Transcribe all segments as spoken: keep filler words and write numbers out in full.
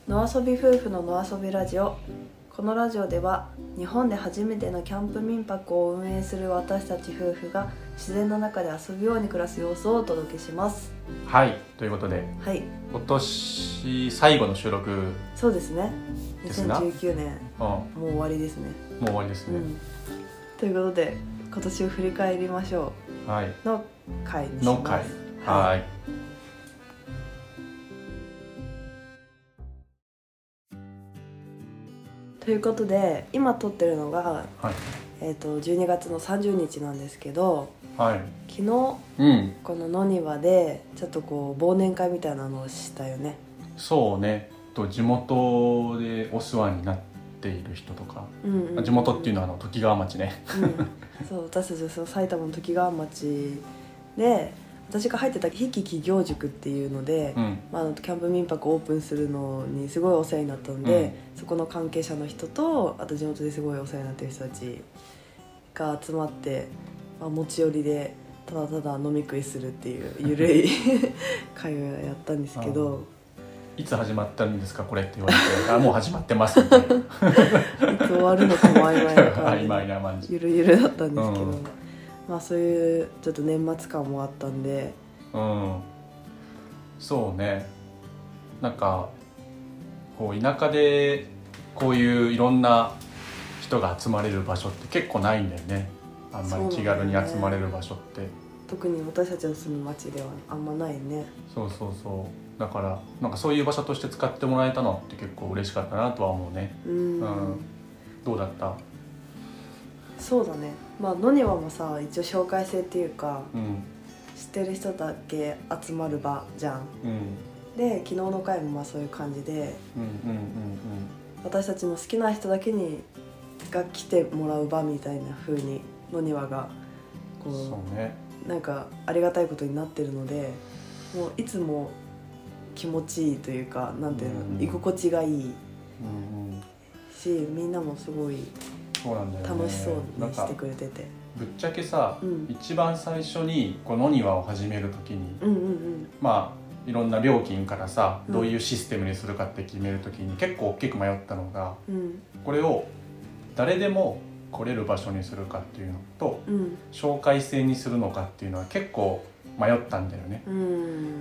野遊び夫婦の野遊びラジオ。このラジオでは日本で初めてのキャンプ民泊を運営する私たち夫婦が自然の中で遊ぶように暮らす様子をお届けします。 はい、ということで、 はい、 今年最後の収録そうですね。 ですな。 にせんじゅうきゅうねん、 うん、ももう終わりですね。 う終わりですね、 うん、ということで今年を振り返りましょう、はい、 うの回にします。 の回、はい。 ということで今撮ってるのが、 はい、 えー、とじゅうにがつのさんじゅうにちなんですけど、 はい、 昨日、 うん、 この野庭でちょっとこう忘年会みたいなのをしたよね。 そうね。と地元でお世話になっている人とか、 うんうんうん、 地元っていうのはあのときがわ町ね、 うん、そう私たちはその埼玉のときがわ町で、私が入ってた非企業塾っていうので、 うん、 まあ、キャンプ民泊オープンするのにすごいお世話になったので、うん、そこの関係者の人とあと地元ですごいお世話になってる人たちが集まって、まあ、持ち寄りでただただ飲み食いするっていうゆるい会をやったんですけど、 いつ始まったんですかこれって言われてあもう始まってますみたいないつ終わるのかも曖昧な感じ曖昧な感じ、 ゆるゆるだったんですけど、うん、まあそういうちょっと年末感もあったんで、 うん、そうね。なんかこう田舎でこういういろんな人が集まれる場所って結構ないんだよね。あんまり気軽に集まれる場所って、ね、特に私たちの住む町ではあんまないね。 そうそうそう。だからなんかそういう場所として使ってもらえたのって結構嬉しかったなとは思うね。 うん、うん、 どうだった？ そうだね。まあ野庭もさ一応紹介制っていうか、 うん、 知ってる人だけ集まる場じゃん、うん、で昨日の会もまあそういう感じで、うんうんうんうん、私たちの好きな人だけにが来てもらう場みたいな風に野庭がこう、そうね、なんかありがたいことになってるので、もういつも気持ちいいというか、なんていうの、うん、居心地がいい、うんうん、しみんなもすごい楽しそうにしてくれてて、 ぶっちゃけさ、うん、一番最初にこの庭を始めるときに、うんうんうん、まあいろんな料金からさ、どういうシステムにするかって決めるときに結構大きく迷ったのが、うん、これを誰でも来れる場所にするかっていうのと、うん、紹介制にするのかっていうのは結構迷ったんだよね、うん、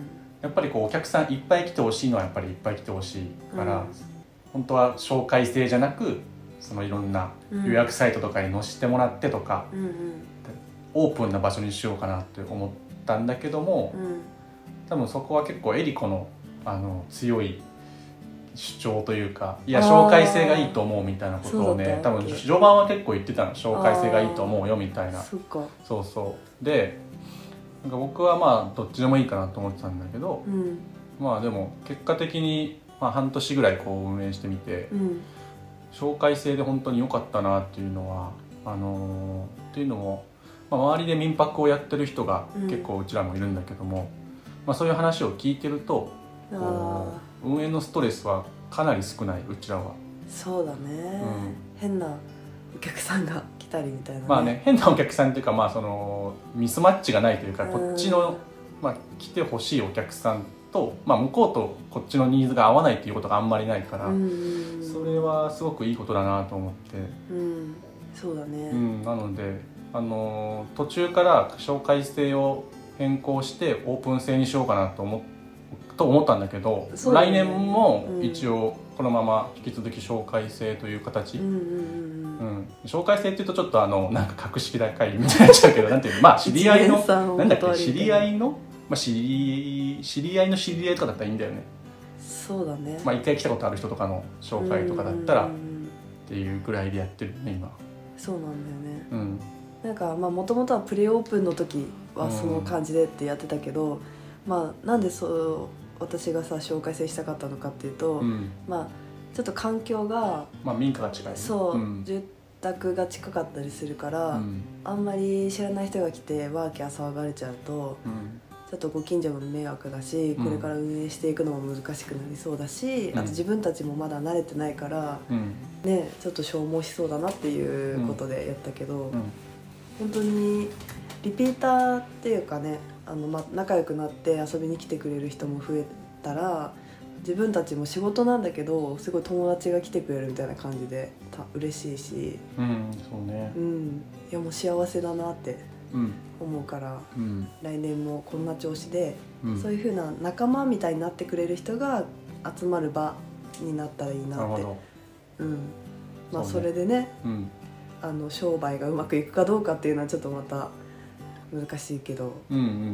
やっぱりこうお客さんいっぱい来てほしいのはやっぱりいっぱい来てほしいから、うん、本当は紹介制じゃなくそのいろんな予約サイトとかに載せてもらってとか、うんうん、オープンな場所にしようかなって思ったんだけども、うん、多分そこは結構エリコの、あの強い主張というか、いや紹介制がいいと思うみたいなことをね、多分序盤は結構言ってたの。紹介制がいいと思うよみたいな。そっか。そうそうで、なんか僕はまあどっちでもいいかなと思ってたんだけど、うん、まあでも結果的にまあ半年ぐらいこう運営してみて、うん、紹介制で本当に良かったなっていうのはあのー、っていうのも、まあ、周りで民泊をやってる人が結構うちらもいるんだけども、うん、まあ、そういう話を聞いてると運営のストレスはかなり少ない。うちらはそうだね、うん、変なお客さんが来たりみたいな、ね、 まあね、変なお客さんっていうか、まあそのミスマッチがないというか、こっちの、まあ、来てほしいお客さんと、まあ、向こうとこっちのニーズが合わないっていうことがあんまりないから、うん、それはすごくいいことだなと思って、 うん、そうだね、 うん、なので、あのー、途中から紹介制を変更してオープン制にしようかなと思ってと思ったんだけど、ね、来年も一応このまま引き続き紹介制という形、うんうんうんうん、紹介制っていうとちょっとあのなんか格式高いみたいになっちゃうけどなんていうの、まあ知り合いのなんだっけ知り合いの、まあ、知り知り合いの知り合いとかだったらいいんだよね。 そうだね。 まあ一回来たことある人とかの紹介とかだったらっていうぐらいでやってるね今。 そうなんだよね。うん、なんかまあもともとはプレオープンの時はその感じでってやってたけど、うん、まあなんでそう私がさ紹介制したかったのかっていうと、うん、まあちょっと環境が、 まあ、民家が近い、ね、 そう、うん、住宅が近かったりするから、うん、あんまり知らない人が来てワーキャー騒がれちゃうと、うん、ちょっとご近所も迷惑だし、これから運営していくのも難しくなりそうだし、うん、あと自分たちもまだ慣れてないから、うん、ね、ちょっと消耗しそうだなっていうことでやったけど、うん、本当にリピーターっていうかね、あのま、仲良くなって遊びに来てくれる人も増えたら自分たちも仕事なんだけどすごい友達が来てくれるみたいな感じでた嬉しいし、 うんそうね、 うん、いやもう幸せだなって思うから、うん、来年もこんな調子で、うん、そういう風な仲間みたいになってくれる人が集まる場になったらいいなって。なるほど、うん、まあそれでね、うん、あの商売がうまくいくかどうかっていうのはちょっとまた難しいけど、うんうんうんうんうん、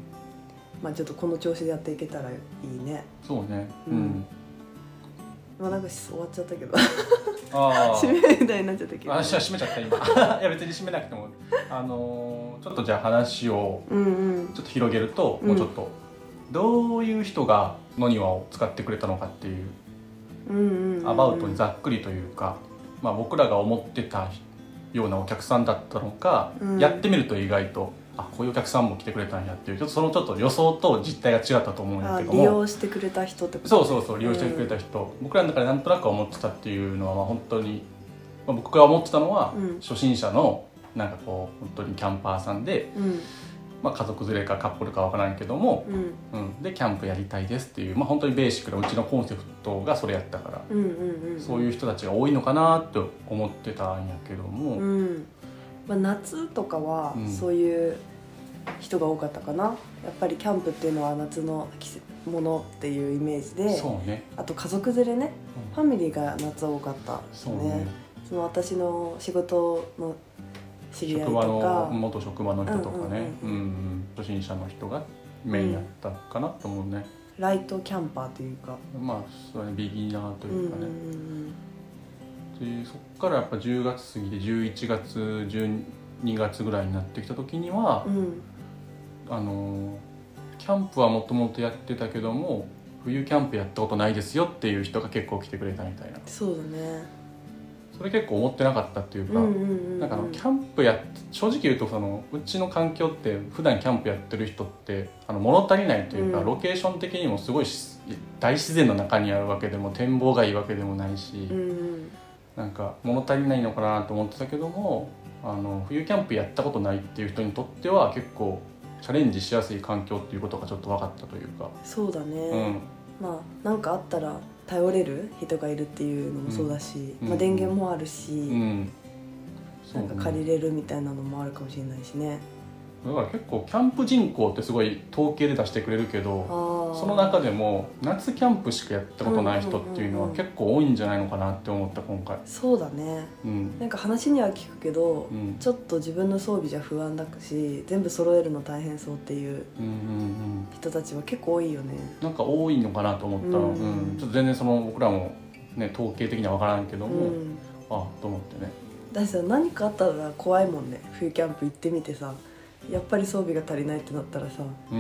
まあちょっとこの調子でやっていけたらいいね。 そうね、うん、うん、 まあなんか終わっちゃったけどあ締めみたいになっちゃったけど、 あ閉めちゃった今いや別に閉めなくてもあのー、ちょっとじゃあ話をちょっと広げると、うんうん、もうちょっとどういう人がノニワを使ってくれたのかっていう、うんうんうんうん、アバウトにざっくりというか、まあ、僕らが思ってたようなお客さんだったのか、うん、やってみると意外とあこういうお客さんも来てくれたんやっていうちょっとそのちょっと予想と実態が違ったと思うんやけども、 利用してくれた人ってこと、 そうそうそう利用してくれた人、うん、僕らの中でなんとなく思ってたっていうのはまあ本当に、まあ、僕が思ってたのは、うん、初心者のなんかこう本当にキャンパーさんで、うんまあ、家族連れかカップルかわからんけども、うんうん、でキャンプやりたいですっていう、まあ、本当にベーシックなうちのコンセプトがそれやったから、うんうんうんうん、そういう人たちが多いのかなって思ってたんやけども、うんまあ、夏とかはそういう人が多かったかな、うん、やっぱりキャンプっていうのは夏のものっていうイメージで、 そうね、 あと家族連れね、うん、ファミリーが夏多かったですね。そうね、その私の仕事の知り合いとか職場の元職場の人とかね、うんうんうん、初心者の人がメインやったかなと思うね、 うん、ライトキャンパーというかまあそれビギナーというかね、うんうんうん、でそっからやっぱじゅうがつ過ぎてじゅういちがつじゅうにがつぐらいになってきた時には、うん、あのキャンプはもともとやってたけども冬キャンプやったことないですよっていう人が結構来てくれたみたいな。 そうだね、 それ結構思ってなかったっていうか、うんうんうんうん、なんかあのキャンプや正直言うとそのうちの環境って普段キャンプやってる人ってあの物足りないというか、うん、ロケーション的にもすごい大自然の中にあるわけでも展望がいいわけでもないし、うんうん、なんか物足りないのかなと思ってたけども、あの冬キャンプやったことないっていう人にとっては結構チャレンジしやすい環境っていうことがちょっと分かったというか。 そうだね、うん、まあなんかあったら頼れる人がいるっていうのもそうだし、うんまあ、電源もあるし、うん、なんか借りれるみたいなのもあるかもしれないしね。 だから結構キャンプ人口ってすごい統計で出してくれるけど、その中でも夏キャンプしかやったことない人っていうのは結構多いんじゃないのかなって思った今回。 そうだね、うん、なんか話には聞くけど、うん、ちょっと自分の装備じゃ不安だし全部揃えるの大変そうっていう人たちは結構多いよね。 なんか多いのかなと思ったら、うんうん、ちょっと全然その僕らも、ね、統計的には分からんけども、うん、あと思ってね。 だってさ何かあったら怖いもんね。冬キャンプ行ってみてさやっぱり装備が足りないってなったらさ、うん、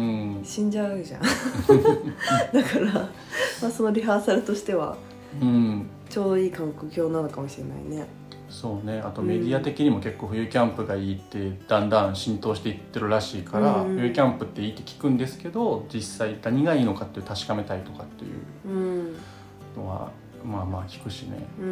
死んじゃうじゃんだから、まあ、そのリハーサルとしては、うん、ちょうどいい環境なのかもしれないね。 そうね、あとメディア的にも結構冬キャンプがいいってだんだん浸透していってるらしいから、うん、冬キャンプっていいって聞くんですけど実際何がいいのかって確かめたいとかっていうのは、うん、まあまあ聞くしね、うん、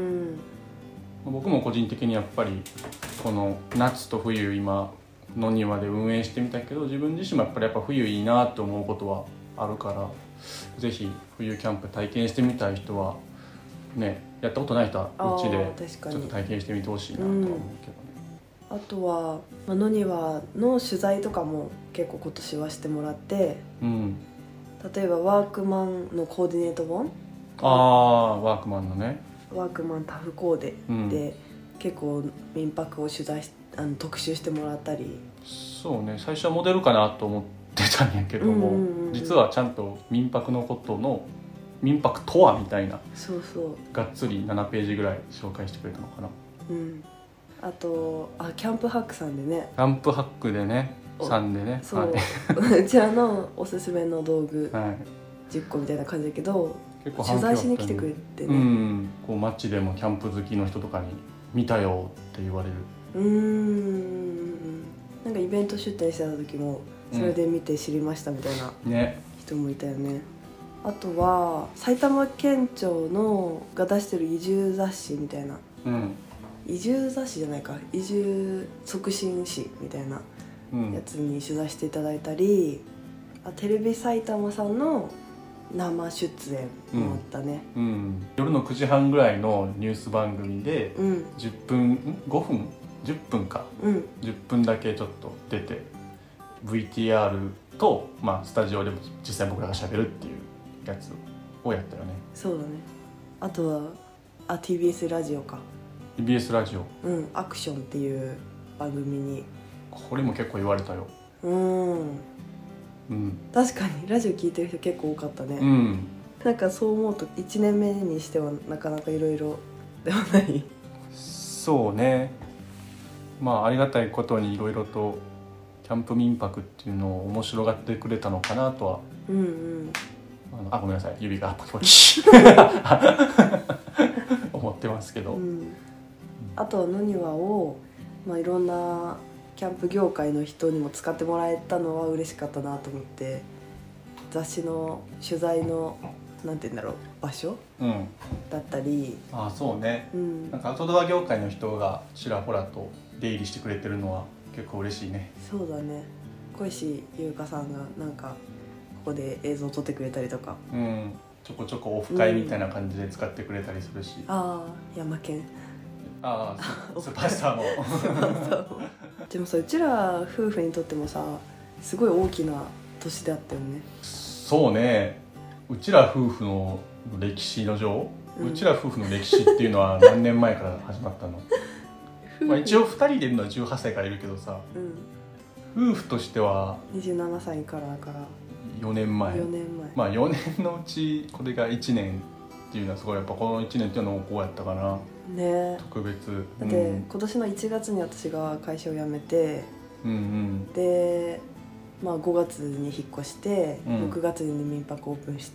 僕も個人的にやっぱりこの夏と冬今の庭で運営してみたけど自分自身もやっぱりやっぱ冬いいなって思うことはあるからぜひ冬キャンプ体験してみたい人はねやったことない人はうちでちょっと体験してみてほしいなと思うけどね、 うん、あとは、まあ、野庭の取材とかも結構今年はしてもらって、うん、例えばワークマンのコーディネート本ああワークマンのねワークマンタフコーデで、うん、結構民泊を取材しあの特集してもらったり。 そうね最初はモデルかなと思ってたんやけども、うんうんうん、実はちゃんと民泊のことの民泊とはみたいなそうそうがっつりななページぐらい紹介してくれたのかな、 うん、あとあキャンプハックさんでねキャンプハックでねさんでねそう、はい、うちらのおすすめの道具じゅっこみたいな感じだけど、結構取材しに来てくれてね、うん、 こう街でもキャンプ好きの人とかに見たよって言われる。 うーんなんかイベント出店してた時もそれで見て知りましたみたいな人もいたよね、うんね、あとは埼玉県庁のが出してる移住雑誌みたいな、うん、移住雑誌じゃないか移住促進誌みたいなやつに取材していただいたり、うん、あテレビ埼玉さんの生出演もあったね、 うんうん、夜のくじはんぐらいのニュース番組でじゅっぷん、うん、ごふんじゅっぷんか、うん、じゅっぷんだけちょっと出て ブイティーアール と、まあ、スタジオでも実際僕らがしゃべるっていうやつをやったよね。 そうだね。あとはあ ティービーエス ラジオかティービーエス ラジオ、 うん、アクションっていう番組にこれも結構言われたよ。うん、 うん、確かにラジオ聞いてる人結構多かったね、うん、なんかそう思うといちねんめにしてはなかなかいろいろではない。 そうね、まあありがたいことにいろいろとキャンプ民泊っていうのを面白がってくれたのかなとは、うんうん、あのあごめんなさい指がポキポキ思ってますけど、うん、 あとはノニワを、まあ、いろんなキャンプ業界の人にも使ってもらえたのは嬉しかったなと思って、雑誌の取材のなんて言うんだろう場所、うん、だったり、 ああそうね、うん、なんかアウトドア業界の人がちらほらと出入りしてくれてるのは結構嬉しいね。 そうだね。小石優香さんがなんかここで映像を撮ってくれたりとか、 うん、ちょこちょこオフ会みたいな感じで使ってくれたりするし、うん、 ああ山県、 ああスーパースターもでもさ、うちら夫婦にとってもさすごい大きな年であったよね。 そうね、うちら夫婦の歴史の上、うん、うちら夫婦の歴史っていうのは何年前から始まったのまあ一応ふたりでいるのはじゅうはっさいからいるけどさ、うん、夫婦としてはにじゅうななさいからだからよねんまえ、 よねんまえ、 まあよねんのうちこれがいちねんっていうのはすごいやっぱこのいちねんっていうのは濃厚やったかなね。特別だって、うん、今年のいちがつに私が会社を辞めて、うんうん、で、まあ、ごがつに引っ越して、うん、ろくがつに民泊オープンして、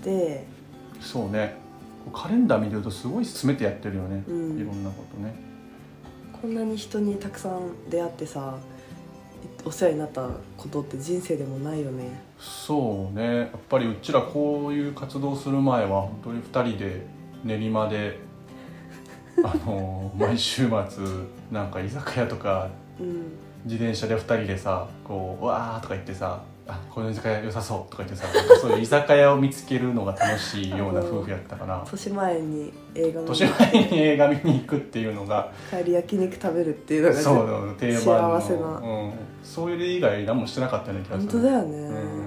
そうね、カレンダー見てるとすごい詰めてやってるよね、うん、いろんなことね。 こんなに人にたくさん出会ってさお世話になったことって人生でもないよね。 そうね、やっぱりうちらこういう活動する前は本当にふたりで練馬であの毎週末なんか居酒屋とか、うん、自転車でふたりでさこうわーとか言ってさ、あこの居酒屋良さそうとか言ってさそういう居酒屋を見つけるのが楽しいような夫婦やったかな。 年前に映画年前に映画見に行くっていうのが帰り焼肉食べるっていうのが、ね、 そう定番の幸せな、 うん、そういう以外何もしてなかったよね気がする。 本当だよね、うん、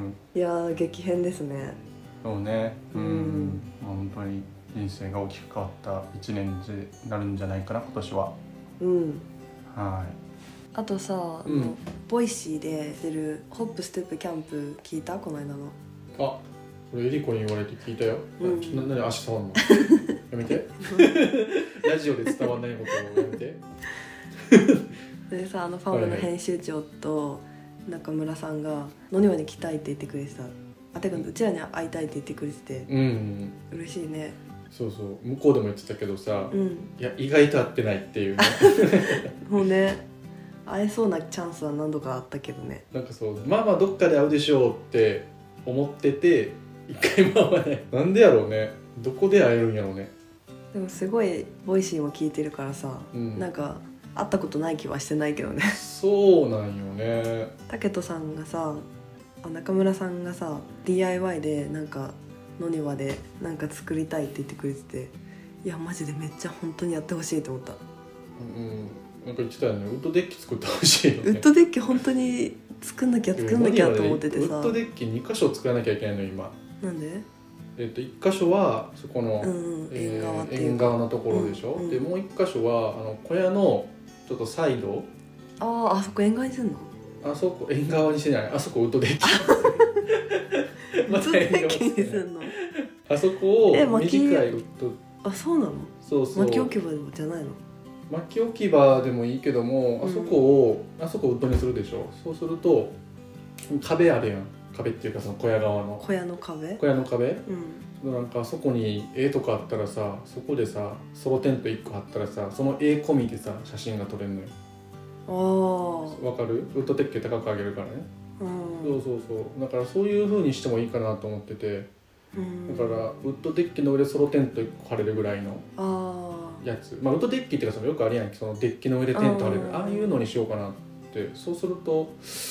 いや激変ですね。 そうね、うん、うん、本当に人生が大きく変わったいちねんになるんじゃないかな今年は。うん、はい。 あとさ、うん、ボイシーで出るホップステップキャンプ聞いた？この間の。 あ、これエリコに言われて聞いたよ、うん、な何足触んのやめてラジオで伝わんないことをやめてでさ、あのファームの編集長と中村さんが野庭に来たいって言ってくれてた。あ、てかうちらに会いたいって言ってくれてて、うん、嬉しいね。 そうそう、向こうでも言ってたけどさ、うん、いや意外と会ってないっていうねもうね、会えそうなチャンスは何度かあったけどね。 なんかそう、まあまあどっかで会うでしょうって思ってて一回も会わないなんでやろうね、どこで会えるんやろうね。 でもすごいボイシーも聞いてるからさ、うん、なんか会ったことない気はしてないけどねそうなんよね。 タケトさんがさ、中村さんがさ ディーアイワイ でなんか野庭でなんか作りたいって言ってくれてて、いやマジでめっちゃ本当にやってほしいと思った。うん、なんか言ってたよね、ウッドデッキ作ってほしいよね。ウッドデッキ本当に作んなきゃ作んなきゃと思っててさ、ウッドデッキにかしょ作らなきゃいけないの今。なんで？えっと、いっかしょはそこの、うんえー、縁側っていう縁側のところでしょ、うんうん、でもういっかしょはあの小屋のちょっとサイド、 ああ、あそこ縁側にすんの？ あそこ縁側にしてない、あそこウッドデッキウッドデッキにすんの？ あそこを短いウッド、 あ、そうなの？そうそう、巻き置き場じゃないの？ 巻き置き場でもいいけども、あそこを、うん、あそこをウッドにするでしょ。そうすると壁あるやん、壁っていうかその小屋側の小屋の壁小屋の壁、うん、なんかそこに絵とかあったらさ、そこでさソロテントいっこ貼ったらさ、その絵込みでさ写真が撮れるのよ。ああ、わかる？ウッドデッキ高く上げるからね、うん、そうそうそう、だからそういう風にしてもいいかなと思ってて、うん、だからウッドデッキの上でソロテントいっこ貼れるぐらいのやつ、まあ、ウッドデッキっていうかそのよくあるやん、そのデッキの上でテント張れる、ああいうのにしようかなって。そうすると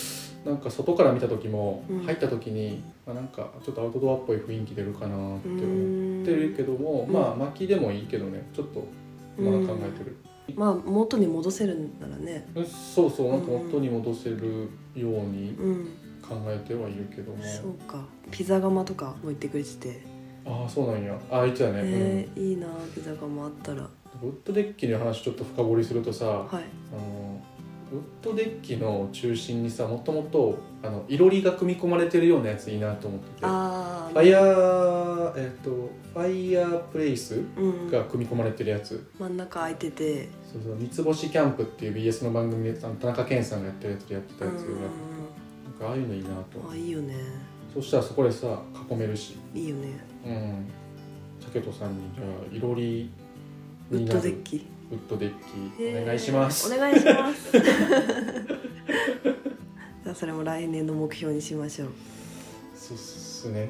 なんか外から見た時も、うん、入った時に、まあ、なんかちょっとアウトドアっぽい雰囲気出るかなって思ってるけども、まあ薪でもいいけどね、ちょっとまだ考えてる。 まあ元に戻せるんならね。 そうそう、なんか元に戻せるように考えてはいるけども、うん、 そうか。ピザ窯とかも言ってくれてて、 ああそうなんや、ああいつやね、 えーうん、いいなピザ窯あったら。 ウッドデッキの話ちょっと深掘りするとさ、はい、あのウッドデッキの中心にさ、もともとあのいろりが組み込まれてるようなやついいなと思ってて、あファイヤーえっ、ー、とファイヤープレイスが組み込まれてるやつ、うん、 真ん中空いてて、 そうそう、三つ星キャンプっていう ビーエス の番組で田中健さんがやってるやつでやってたやつが、うん、なんかああいうのいいなと。 あ、いいよね。 そしたらそこでさ囲めるし、 いいよね。うん。 竹戸さんにじゃあいろりウッドデッキウッドデッキお願いします。 お願いしますじゃあそれも来年の目標にしましょう。 そうっすね。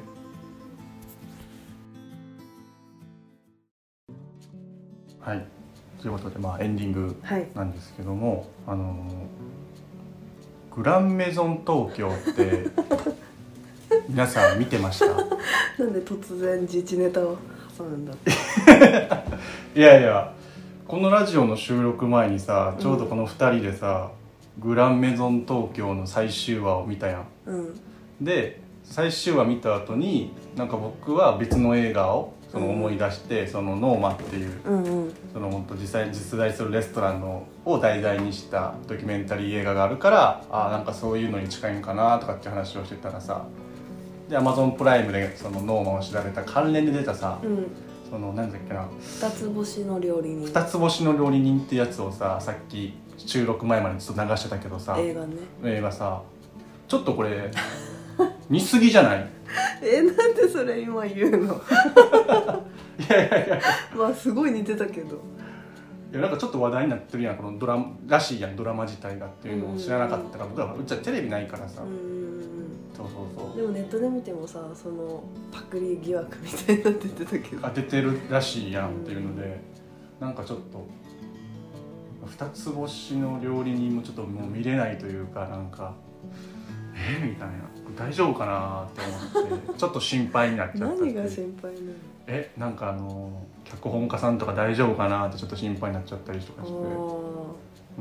はい、ということで、まあ、エンディングなんですけども、はい、あのグランメゾン東京って皆さん見てました？ なんで突然自治ネタを挟むんだいやいや、このラジオの収録前にさ、ちょうどこのふたりでさ、うん、グランメゾン東京の最終話を見たやん、うん、で最終話見た後になんか僕は別の映画をその思い出して、うん、そのノーマっていう、うんうん、その本当実際に実在するレストランのを題材にしたドキュメンタリー映画があるから、あなんかそういうのに近いんかなとかって話をしてたらさ、で Amazon プライムでそのノーマを調べた関連で出たさ、うん、その何だっけな、 二つ星の料理人二つ星の料理人ってやつをさ、さっき収録前までずっと流してたけどさ、 映画ね、 映画さ、ちょっとこれ見すぎじゃない？ え、なんでそれ今言うのいやいやいや、 まあすごい似てたけど、 いやなんかちょっと話題になってるやん、このドラマらしいやん、ドラマ自体がっていうのを知らなかったら、僕はうちはテレビないからさ、うん、そうそうそう。 でもネットで見てもさ、そのパクリ疑惑みたいになってたけど、 あ、出てるらしいやんっていうので、うん、なんかちょっと二つ星の料理人もちょっともう見れないというか、なんかえー、みたいな、大丈夫かなって思ってちょっと心配になっちゃった。 何が心配なの？ え、なんかあの脚本家さんとか大丈夫かなってちょっと心配になっちゃったりとかして、うん、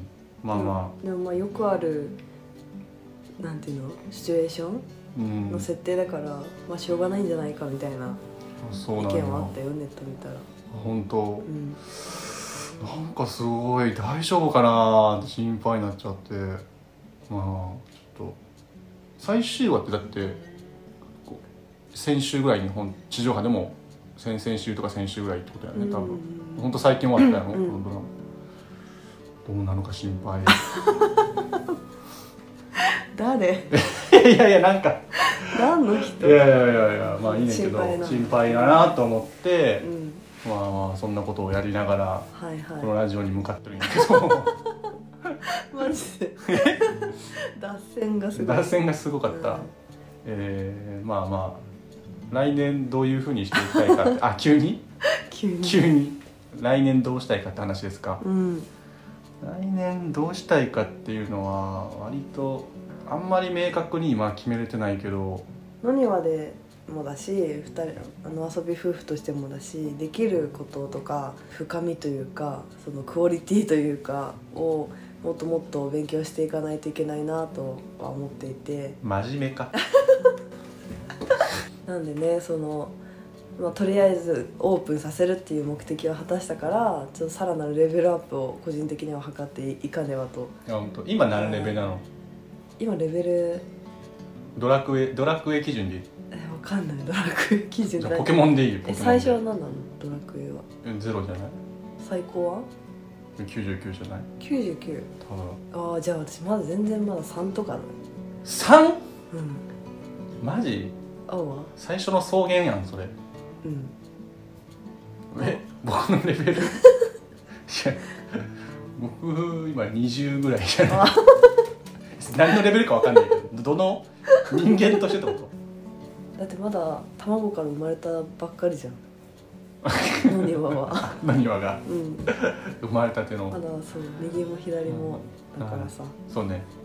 まあまあ、 でもまあよくあるなんていうの、シチュエーションの設定だから、うん、まあしょうがないんじゃないかみたいな意見はあったよ、ネット見たら。 本当、うん、なんかすごい大丈夫かなって心配になっちゃって、まあちょっと最終話ってだって先週ぐらいに本地上波でも先々週とか先週ぐらいってことやね、多分。本当最近終わったやろ、うん、このドラマ。どうなのか心配誰いやいや、なんか何の人？ いやいやいやいや、まあいいねんけど、心配だなと思って、うん、まあまあそんなことをやりながら、はいはい、このラジオに向かってるんやけどマジで脱線がすごい、 脱線がすごかった、うん、えー、まあまあ来年どういうふうにしていきたいかってあ、急に急に急に来年どうしたいかって話ですか、 うん、 来年どうしたいかっていうのは割とあんまり明確に今決めれてないけど、 野庭でもだし、ふたりあの遊び夫婦としてもだし、できることとか深みというか、そのクオリティというかをもっともっと勉強していかないといけないなとは思っていて。 真面目かなんでね、その、まあ、とりあえずオープンさせるっていう目的を果たしたから、ちょっとさらなるレベルアップを個人的には図っていかねばと。 いや本当、今何レベルなの？ 今レベルドラクエドラクエ基準でえわかんない、ドラクエ基準。 じゃあポケモンでいいよ。ポケモンで。 最初は何なの？ドラクエはえゼロじゃない？ 最高はきゅうじゅうきゅうじゃない？きゅうじゅうきゅう。多分。ああ、じゃあ私まだ全然まださんとかだ。 さん？ うん。 マジ？ あわ最初の草原やんそれ。 うん。 え、僕のレベルいや僕今にじゅうぐらいじゃない何のレベルか分かんないけど、どの人間としてってこと？ だってまだ卵から生まれたばっかりじゃん野庭は野庭が、 うん、 生まれたてのまだそう、右も左もだからさ、 うん、そうね。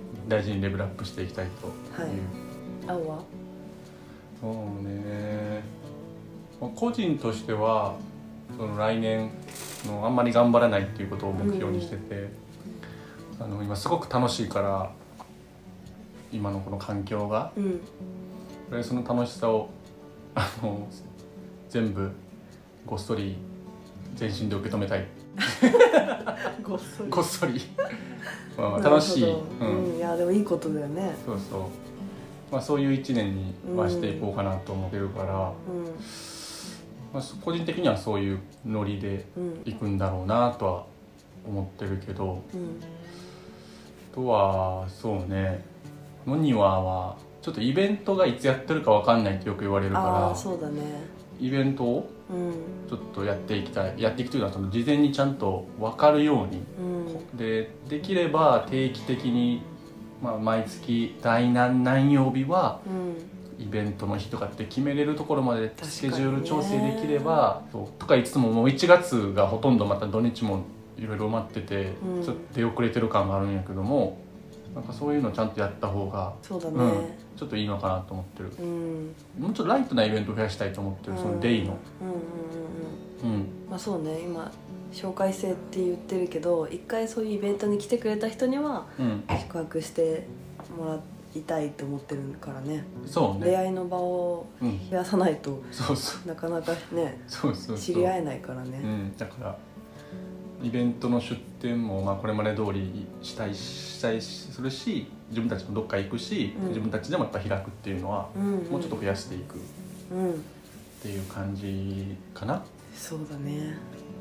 大事にレベルアップしていきたいという、はい、 青はそうね、個人としてはその来年のあんまり頑張らないっていうことを目標にしてて、うん、あの今すごく楽しいから今のこの環境が、うん、それその楽しさをあの全部ごっそり全身で受け止めたいごっそりごっそりまあ楽しい、 うんうん、いやでもいいことだよね。 そうそう、まあ、そういう一年にはしていこうかなと思ってるから、うんまあ、個人的にはそういうノリでいくんだろうなとは思ってるけど、うん、あとはそうね、ノニワはちょっとイベントがいつやってるか分かんないってよく言われるから、 あそうだね、 イベントをちょっとやっていきたい、うん、やっていくというのはその事前にちゃんと分かるように、うん、でできれば定期的に、まあ、毎月第何何曜日はイベントの日とかって決めれるところまでスケジュール調整できれば、ね、とかいつももういちがつがほとんどまた土日もいろいろ埋まってて、うん、ちょっと出遅れてる感があるんやけども、なんかそういうのちゃんとやった方がそうだね、 うん、ちょっといいのかなと思ってる、うん、もうちょっとライトなイベントを増やしたいと思ってる、うん、そのデイのうんうんうんうん、まあそうね、今紹介制って言ってるけど一回そういうイベントに来てくれた人には宿泊してもらいたいと思ってるからね、 そうね、 出会いの場を増やさないと、うん、 そうそうなかなかねそうそうそう知り合えないからね、 うん、だからイベントの出店もまあこれまで通りしたいしたいするし、自分たちもどっか行くし、うん、自分たちでもやっぱ開くっていうのは、うんうん、もうちょっと増やしていくっていう感じかな、うん、 そうだね。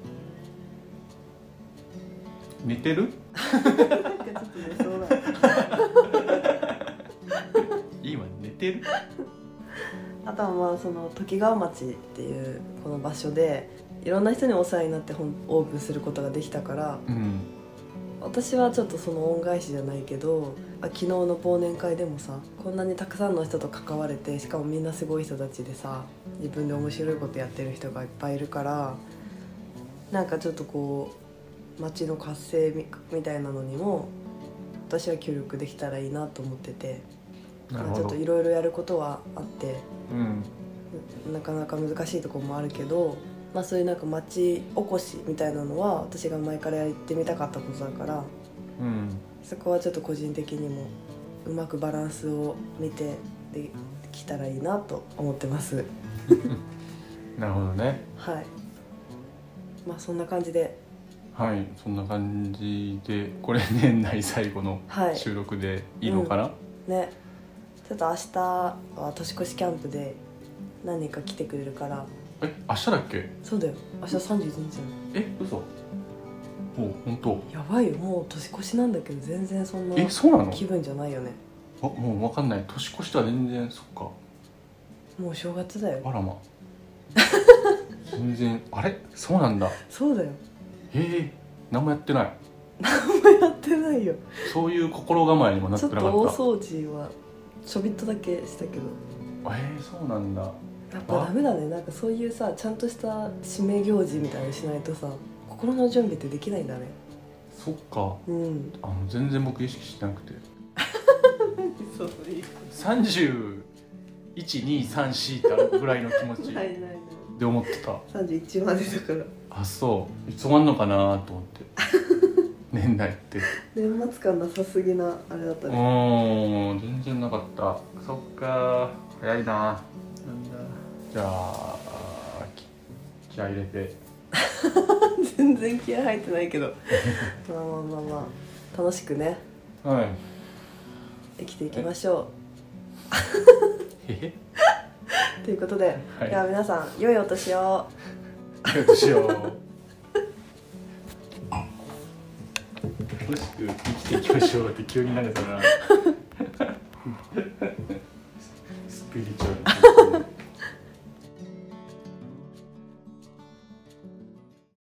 寝てる？ なんかちょっと寝そうだいいわ、寝てる？ あとはまあその時川町っていうこの場所でいろんな人にお世話になってオープンすることができたから、うん、私はちょっとその恩返しじゃないけど、昨日の忘年会でもさ、こんなにたくさんの人と関われて、しかもみんなすごい人たちでさ、自分で面白いことやってる人がいっぱいいるから、なんかちょっとこう街の活性 み, みたいなのにも私は協力できたらいいなと思ってて、ちょっといろいろやることはあって、うん、なかなか難しいところもあるけど、まあ、そういうなんか町おこしみたいなのは私が前からやってみたかったことだから、うん、そこはちょっと個人的にもうまくバランスを見てできたらいいなと思ってますなるほどね。 はい、まあそんな感じで、 はい、そんな感じでこれ年内最後の収録でいいのかな、 はいうん、ね、ちょっと明日は年越しキャンプで何人か来てくれるから。 え、明日だっけ？ そうだよ、明日さんじゅういちにちだよ。 え、嘘？お、本当？ やばいよ、もう年越しなんだけど全然そんな気分じゃないよね。 あ、もう分かんない、年越しとは全然、そっか。 もう正月だよ。 あらま全然、あれ？そうなんだ。 そうだよ。 へえ、何もやってない。 何もやってないよ。 そういう心構えにもなってなかった。 ちょっと大掃除はちょびっとだけしたけど。 えー、そうなんだ。 やっぱダメだね、なんかそういうさ、ちゃんとした締め行事みたいにしないとさ、心の準備ってできないんだね。 そっか、うん、あの全然僕意識してなくてそうさんじゅういち、に、さん、よんってあるぐらいの気持ちないないないで思ってた。 さんじゅういちまでだから。 あ、そういつ終わんのかなと思って年内って年末感なさすぎなあれだったね。 うん全然なかった。そっか早いな。なんだじゃあ気合い入れて全然気合入ってないけどまあまあまあまあ楽しくね、はい、生きていきましょうえということで、はい、では皆さん良いお年を。 良いお年を楽しく生きていきましょうって急になれたな